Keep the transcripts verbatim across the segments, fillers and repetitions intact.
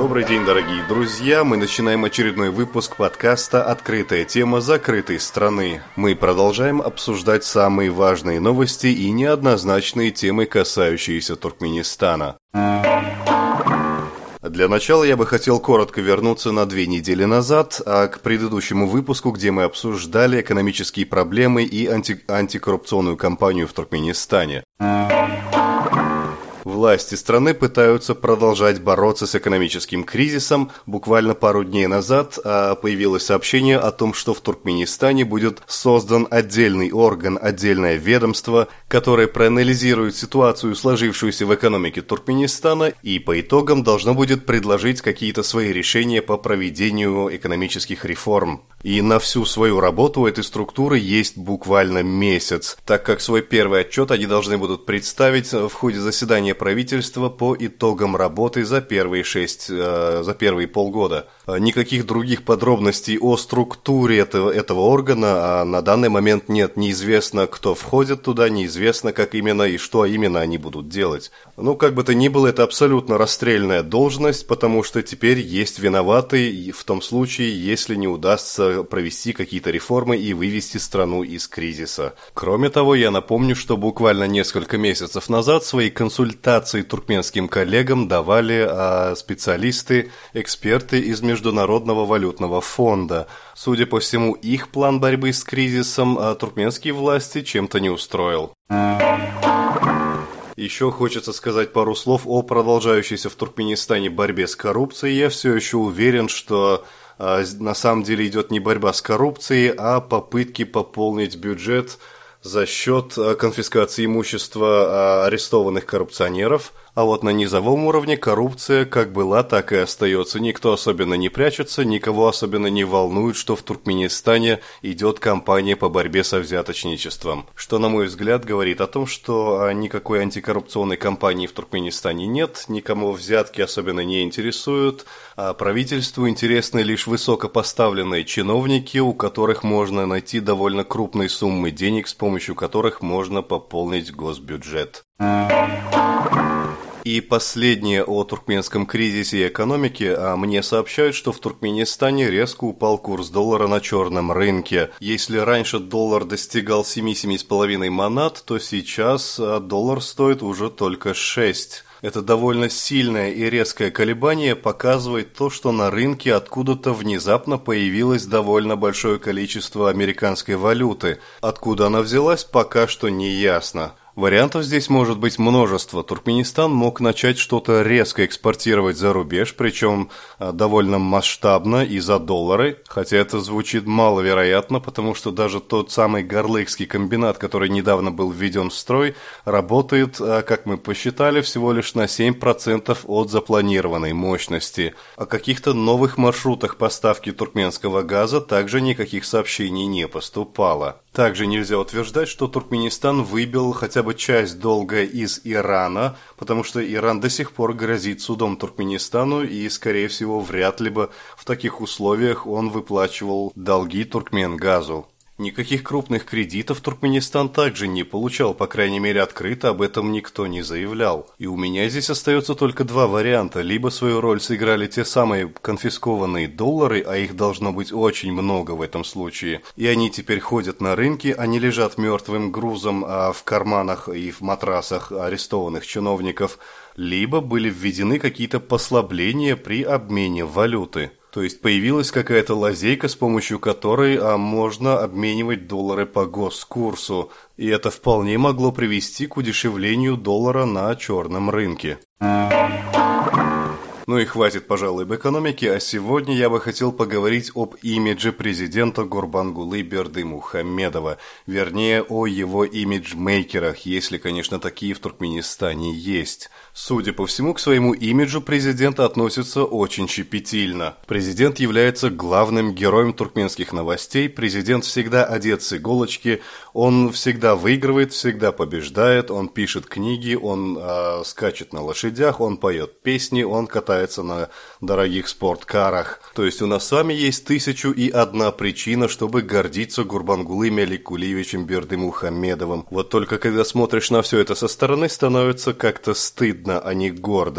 Добрый день, дорогие друзья! Мы начинаем очередной выпуск подкаста «Открытая тема закрытой страны». Мы продолжаем обсуждать самые важные новости и неоднозначные темы, касающиеся Туркменистана. Для начала я бы хотел коротко вернуться на две недели назад, а к предыдущему выпуску, где мы обсуждали экономические проблемы и анти- антикоррупционную кампанию в Туркменистане. Власти страны пытаются продолжать бороться с экономическим кризисом. Буквально пару дней назад появилось сообщение о том, что в Туркменистане будет создан отдельный орган, отдельное ведомство, которое проанализирует ситуацию, сложившуюся в экономике Туркменистана, и по итогам должно будет предложить какие-то свои решения по проведению экономических реформ. И на всю свою работу у этой структуры есть буквально месяц, так как свой первый отчет они должны будут представить в ходе заседания правительства по итогам работы за первые шесть, э, за первые полгода. Никаких других подробностей о структуре этого, этого органа на данный момент нет. Неизвестно, кто входит туда, неизвестно, как именно и что именно они будут делать. Ну, как бы то ни было, это абсолютно расстрельная должность, потому что теперь есть виноватый в том случае, если не удастся провести какие-то реформы и вывести страну из кризиса. Кроме того, я напомню, что буквально несколько месяцев назад свои консультации туркменским коллегам давали а, специалисты, эксперты из Международного валютного фонда. Судя по всему, их план борьбы с кризисом а, туркменские власти чем-то не устроил. Еще хочется сказать пару слов о продолжающейся в Туркменистане борьбе с коррупцией. Я все еще уверен, что а, на самом деле идет не борьба с коррупцией, а попытки пополнить бюджет за счет конфискации имущества арестованных коррупционеров. А вот на низовом уровне коррупция как была, так и остается. Никто особенно не прячется, никого особенно не волнует, что в Туркменистане идет кампания по борьбе со взяточничеством. Что, на мой взгляд, говорит о том, что никакой антикоррупционной кампании в Туркменистане нет, никому взятки особенно не интересуют, а правительству интересны лишь высокопоставленные чиновники, у которых можно найти довольно крупные суммы денег, с помощью которых можно пополнить госбюджет. И последнее о туркменском кризисе и экономике. А мне сообщают, что в Туркменистане резко упал курс доллара на черном рынке. Если раньше доллар достигал семь-семь с половиной манат, то сейчас доллар стоит уже только шесть. Это довольно сильное и резкое колебание показывает то, что на рынке откуда-то внезапно появилось довольно большое количество американской валюты. Откуда она взялась, пока что не ясно. Вариантов здесь может быть множество. Туркменистан мог начать что-то резко экспортировать за рубеж, причем довольно масштабно и за доллары, хотя это звучит маловероятно, потому что даже тот самый Горлыкский комбинат, который недавно был введен в строй, работает, как мы посчитали, всего лишь на семь процентов от запланированной мощности. О каких-то новых маршрутах поставки туркменского газа также никаких сообщений не поступало. Также нельзя утверждать, что Туркменистан выбил хотя бы часть долга из Ирана, потому что Иран до сих пор грозит судом Туркменистану, и, скорее всего, вряд ли бы в таких условиях он выплачивал долги Туркменгазу. Никаких крупных кредитов Туркменистан также не получал, по крайней мере открыто об этом никто не заявлял. И у меня здесь остается только два варианта. Либо свою роль сыграли те самые конфискованные доллары, а их должно быть очень много в этом случае, и они теперь ходят на рынке, они лежат мертвым грузом а в карманах и в матрасах арестованных чиновников, либо были введены какие-то послабления при обмене валюты. То есть появилась какая-то лазейка, с помощью которой а, можно обменивать доллары по госкурсу, и это вполне могло привести к удешевлению доллара на черном рынке. Ну и хватит, пожалуй, об экономике, а сегодня я бы хотел поговорить об имидже президента Гурбангулы Бердымухамедова, вернее, о его имиджмейкерах, если, конечно, такие в Туркменистане есть. Судя по всему, к своему имиджу президент относится очень щепетильно. Президент является главным героем туркменских новостей, президент всегда одет с иголочки, он всегда выигрывает, всегда побеждает, он пишет книги, он э, скачет на лошадях, он поет песни, он катается на дорогих спорткарах. То есть у нас с вами есть тысячу и одна причина, чтобы гордиться Гурбангулы Меликулиевичем Бердымухамедовым. Вот только когда смотришь на все это со стороны, становится как-то стыдно, а не гордо.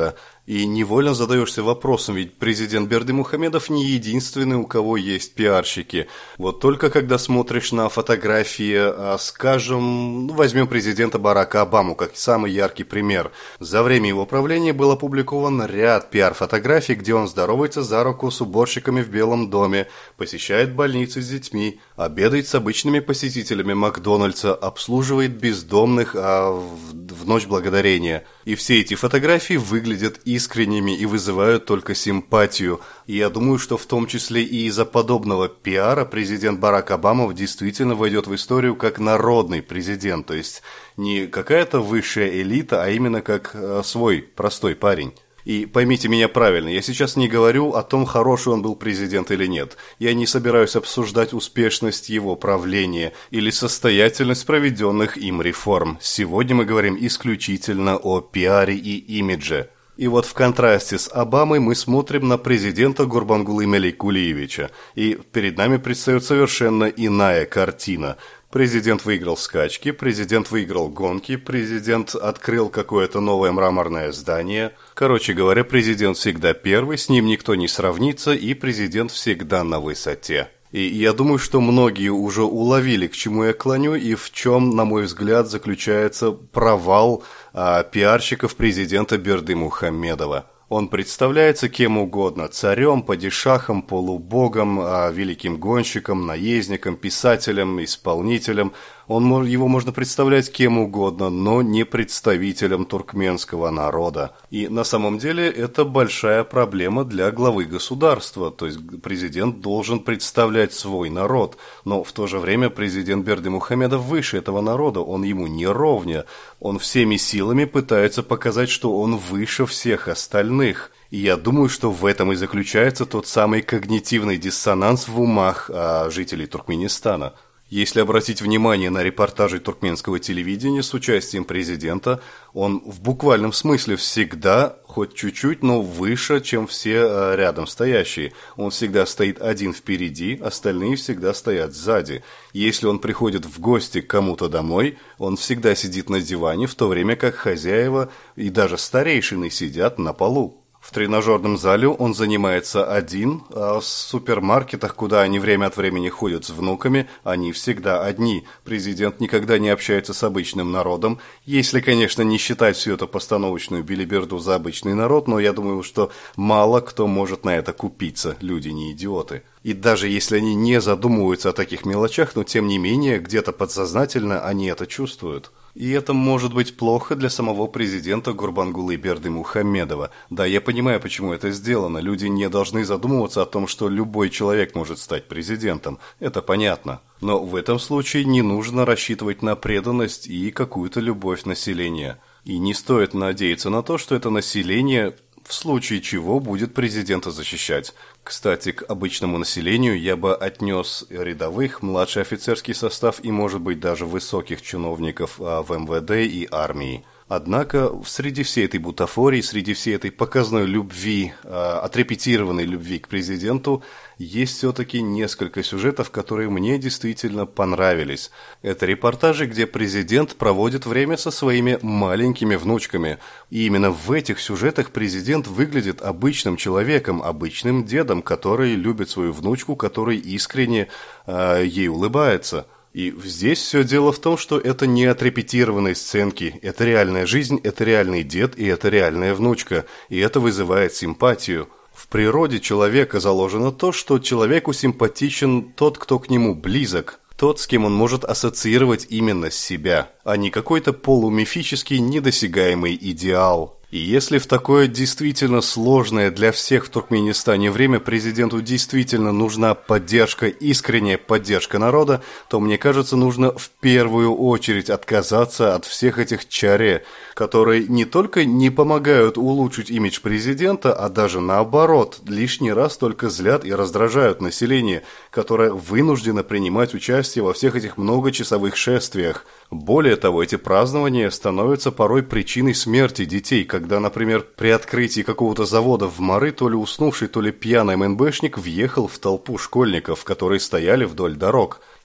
И невольно задаешься вопросом, ведь президент Бердымухамедов не единственный, у кого есть пиарщики. Вот только когда смотришь на фотографии, скажем, возьмем президента Барака Обаму как самый яркий пример. За время его правления был опубликован ряд пиар-фотографий, где он здоровается за руку с уборщиками в Белом доме, посещает больницы с детьми, обедает с обычными посетителями Макдональдса, обслуживает бездомных а в, в ночь благодарения. И все эти фотографии выглядят искренними и вызывают только симпатию. И я думаю, что в том числе и из-за подобного пиара президент Барак Обама действительно войдет в историю как народный президент. То есть не какая-то высшая элита, а именно как э, свой простой парень. И поймите меня правильно, я сейчас не говорю о том, хороший он был президент или нет. Я не собираюсь обсуждать успешность его правления или состоятельность проведенных им реформ. Сегодня мы говорим исключительно о пиаре и имидже. И вот в контрасте с Обамой мы смотрим на президента Гурбангулы Меликулиевича. И перед нами предстает совершенно иная картина. Президент выиграл скачки, президент выиграл гонки, президент открыл какое-то новое мраморное здание. Короче говоря, президент всегда первый, с ним никто не сравнится, и президент всегда на высоте. И я думаю, что многие уже уловили, к чему я клоню, и в чем, на мой взгляд, заключается провал а, пиарщиков президента Бердымухамедова. Он представляется кем угодно – царем, падишахом, полубогом, великим гонщиком, наездником, писателем, исполнителем. Он, его можно представлять кем угодно, но не представителем туркменского народа. И на самом деле это большая проблема для главы государства. То есть президент должен представлять свой народ, но в то же время президент Бердымухамедов выше этого народа, он ему не ровня. Он всеми силами пытается показать, что он выше всех остальных. И я думаю, что в этом и заключается тот самый когнитивный диссонанс в умах а, жителей Туркменистана. Если обратить внимание на репортажи туркменского телевидения с участием президента, он в буквальном смысле всегда, хоть чуть-чуть, но выше, чем все рядом стоящие. Он всегда стоит один впереди, остальные всегда стоят сзади. Если он приходит в гости к кому-то домой, он всегда сидит на диване, в то время как хозяева и даже старейшины сидят на полу. В тренажерном зале он занимается один, а в супермаркетах, куда они время от времени ходят с внуками, они всегда одни. Президент никогда не общается с обычным народом, если, конечно, не считать всю эту постановочную белиберду за обычный народ, но я думаю, что мало кто может на это купиться, люди не идиоты. И даже если они не задумываются о таких мелочах, но тем не менее, где-то подсознательно они это чувствуют. И это может быть плохо для самого президента Гурбангулы Бердымухамедова. Да, я понимаю, почему это сделано. Люди не должны задумываться о том, что любой человек может стать президентом. Это понятно. Но в этом случае не нужно рассчитывать на преданность и какую-то любовь населения. И не стоит надеяться на то, что это население в случае чего будет президента защищать. Кстати, к обычному населению я бы отнес рядовых, младший офицерский состав и, может быть, даже высоких чиновников в эм вэ дэ и армии. Однако среди всей этой бутафории, среди всей этой показной любви, отрепетированной любви к президенту, есть все-таки несколько сюжетов, которые мне действительно понравились. Это репортажи, где президент проводит время со своими маленькими внучками. И именно в этих сюжетах президент выглядит обычным человеком, обычным дедом, который любит свою внучку, который искренне э, ей улыбается. И здесь все дело в том, что это не отрепетированные сценки, это реальная жизнь, это реальный дед и это реальная внучка, и это вызывает симпатию. В природе человека заложено то, что человеку симпатичен тот, кто к нему близок, тот, с кем он может ассоциировать именно себя, а не какой-то полумифический недосягаемый идеал. И если в такое действительно сложное для всех в Туркменистане время президенту действительно нужна поддержка, искренняя поддержка народа, то, мне кажется, нужно в первую очередь отказаться от всех этих чаре, которые не только не помогают улучшить имидж президента, а даже наоборот, лишний раз только злят и раздражают население, которое вынуждено принимать участие во всех этих многочасовых шествиях. Более того, эти празднования становятся порой причиной смерти детей, когда, например, при открытии какого-то завода в Мары то ли уснувший, то ли пьяный эм эн бэшник въехал в толпу школьников, которые стояли вдоль дорог.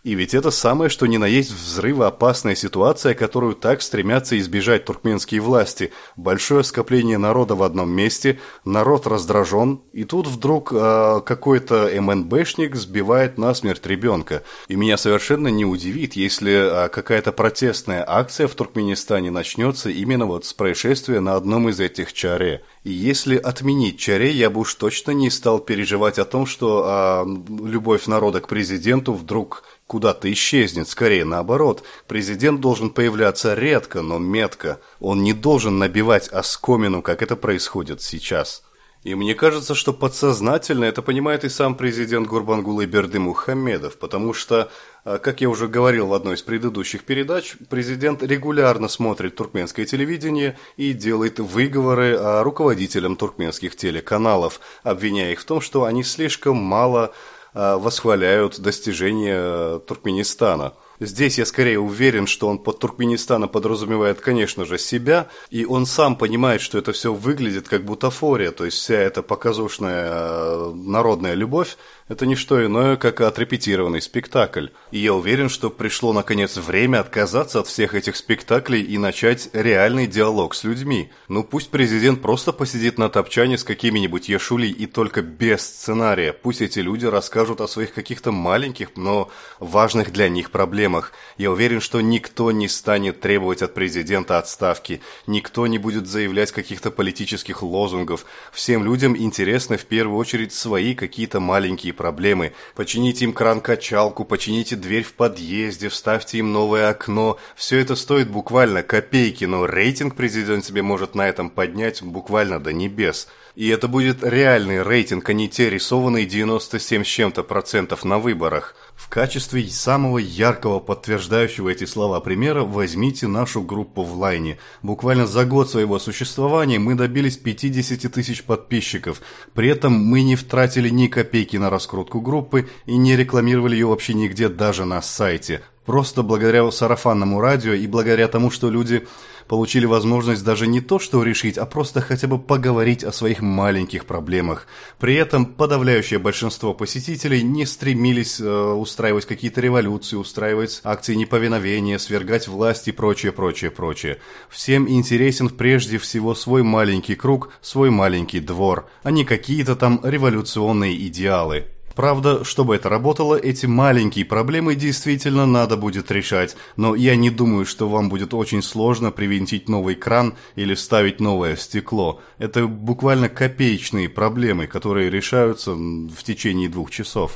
И ведь это самое, что ни на есть взрывоопасная ситуация, которую так стремятся избежать туркменские власти. Большое скопление народа в одном месте, народ раздражен, и тут вдруг э, какой-то эм эн бэшник сбивает насмерть ребенка. И меня совершенно не удивит, если э, какая-то протестная акция в Туркменистане начнется именно вот с происшествия на одном из этих чаре. И если отменить чаре, я бы уж точно не стал переживать о том, что э, любовь народа к президенту вдруг куда-то исчезнет. Скорее наоборот, президент должен появляться редко, но метко. Он не должен набивать оскомину, как это происходит сейчас. И мне кажется, что подсознательно это понимает и сам президент Гурбангулы Бердымухамедов, потому что, как я уже говорил в одной из предыдущих передач, президент регулярно смотрит туркменское телевидение и делает выговоры руководителям туркменских телеканалов, обвиняя их в том, что они слишком мало восхваляют достижения Туркменистана. Здесь я скорее уверен, что он под Туркменистаном подразумевает, конечно же, себя, и он сам понимает, что это все выглядит как бутафория, то есть вся эта показушная народная любовь – это не что иное, как отрепетированный спектакль. И я уверен, что пришло, наконец, время отказаться от всех этих спектаклей и начать реальный диалог с людьми. Ну пусть президент просто посидит на топчане с какими-нибудь Яшули и только без сценария. Пусть эти люди расскажут о своих каких-то маленьких, но важных для них проблемах. Я уверен, что никто не станет требовать от президента отставки, никто не будет заявлять каких-то политических лозунгов. Всем людям интересны в первую очередь свои какие-то маленькие проблемы. Почините им кран-качалку, почините дверь в подъезде, вставьте им новое окно. Все это стоит буквально копейки, но рейтинг президент себе может на этом поднять буквально до небес. И это будет реальный рейтинг, а не те рисованные девяносто семь с чем-то процентов на выборах. В качестве самого яркого подтверждающего эти слова примера возьмите нашу группу в Лайне. Буквально за год своего существования мы добились пятьдесят тысяч подписчиков. При этом мы не втратили ни копейки на раскрутку группы и не рекламировали ее вообще нигде, даже на сайте. Просто благодаря сарафанному радио и благодаря тому, что люди получили возможность даже не то что решить, а просто хотя бы поговорить о своих маленьких проблемах. При этом подавляющее большинство посетителей не стремились э, устраивать какие-то революции, устраивать акции неповиновения, свергать власть и прочее, прочее, прочее. Всем интересен прежде всего свой маленький круг, свой маленький двор, а не какие-то там революционные идеалы. Правда, чтобы это работало, эти маленькие проблемы действительно надо будет решать, но я не думаю, что вам будет очень сложно привинтить новый кран или вставить новое стекло. Это буквально копеечные проблемы, которые решаются в течение двух часов.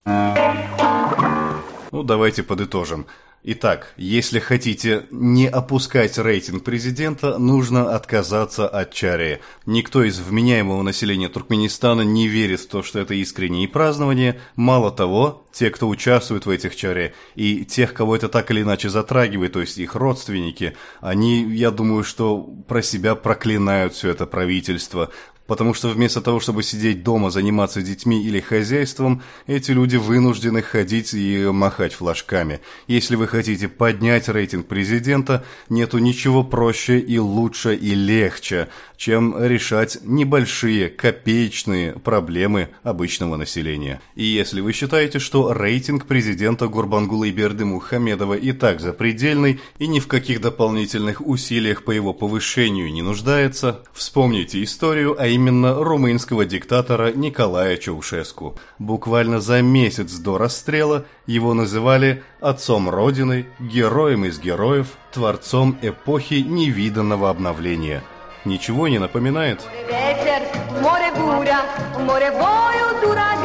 Ну, давайте подытожим. Итак, если хотите не опускать рейтинг президента, нужно отказаться от чаре. Никто из вменяемого населения Туркменистана не верит в то, что это искреннее празднование. Мало того, те, кто участвует в этих чаре, и тех, кого это так или иначе затрагивает, то есть их родственники, они, я думаю, что про себя проклинают все это правительство. Потому что вместо того, чтобы сидеть дома, заниматься детьми или хозяйством, эти люди вынуждены ходить и махать флажками. Если вы хотите поднять рейтинг президента, нету ничего проще и лучше и легче, чем решать небольшие, копеечные проблемы обычного населения. И если вы считаете, что рейтинг президента Гурбангулы Бердымухамедова и так запредельный и ни в каких дополнительных усилиях по его повышению не нуждается, вспомните историю, а именно Именно румынского диктатора Николая Чаушеску. Буквально за месяц до расстрела его называли отцом Родины, героем из героев, творцом эпохи невиданного обновления. Ничего не напоминает?